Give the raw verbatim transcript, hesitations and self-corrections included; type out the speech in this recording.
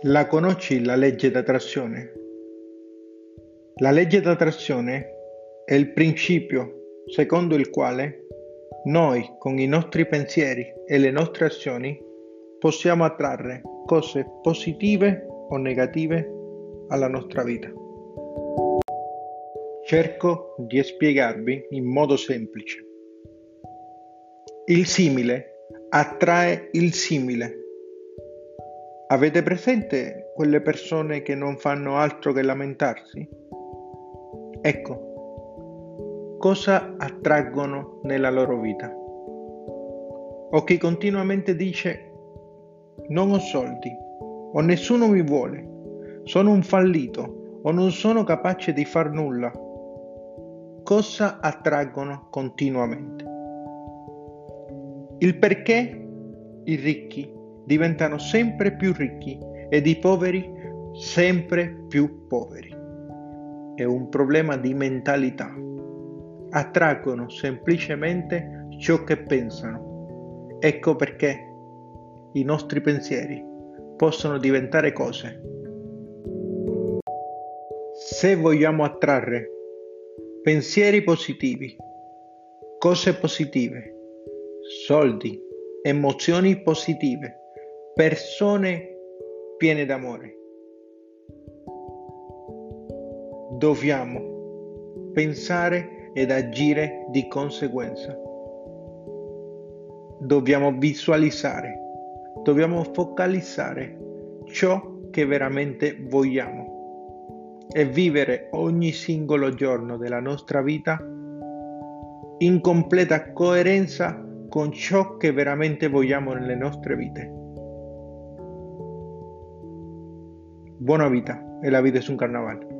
La conosci la legge d'attrazione? La legge d'attrazione è il principio secondo il quale noi, con i nostri pensieri e le nostre azioni, possiamo attrarre cose positive o negative alla nostra vita. Cerco di spiegarvi in modo semplice. Il simile attrae il simile. Avete presente quelle persone che non fanno altro che lamentarsi? Ecco, cosa attraggono nella loro vita? O chi continuamente dice non ho soldi, o nessuno mi vuole, sono un fallito, o non sono capace di far nulla. Cosa attraggono continuamente? Il perché i ricchi diventano sempre più ricchi ed i poveri sempre più poveri. È un problema di mentalità. Attraggono semplicemente ciò che pensano. Ecco perché i nostri pensieri possono diventare cose. Se vogliamo attrarre pensieri positivi, cose positive, soldi, emozioni positive, persone piene d'amore, dobbiamo pensare ed agire di conseguenza. Dobbiamo visualizzare, dobbiamo focalizzare ciò che veramente vogliamo e vivere ogni singolo giorno della nostra vita in completa coerenza con ciò che veramente vogliamo nelle nostre vite. Buona vita e la vita è un carnaval.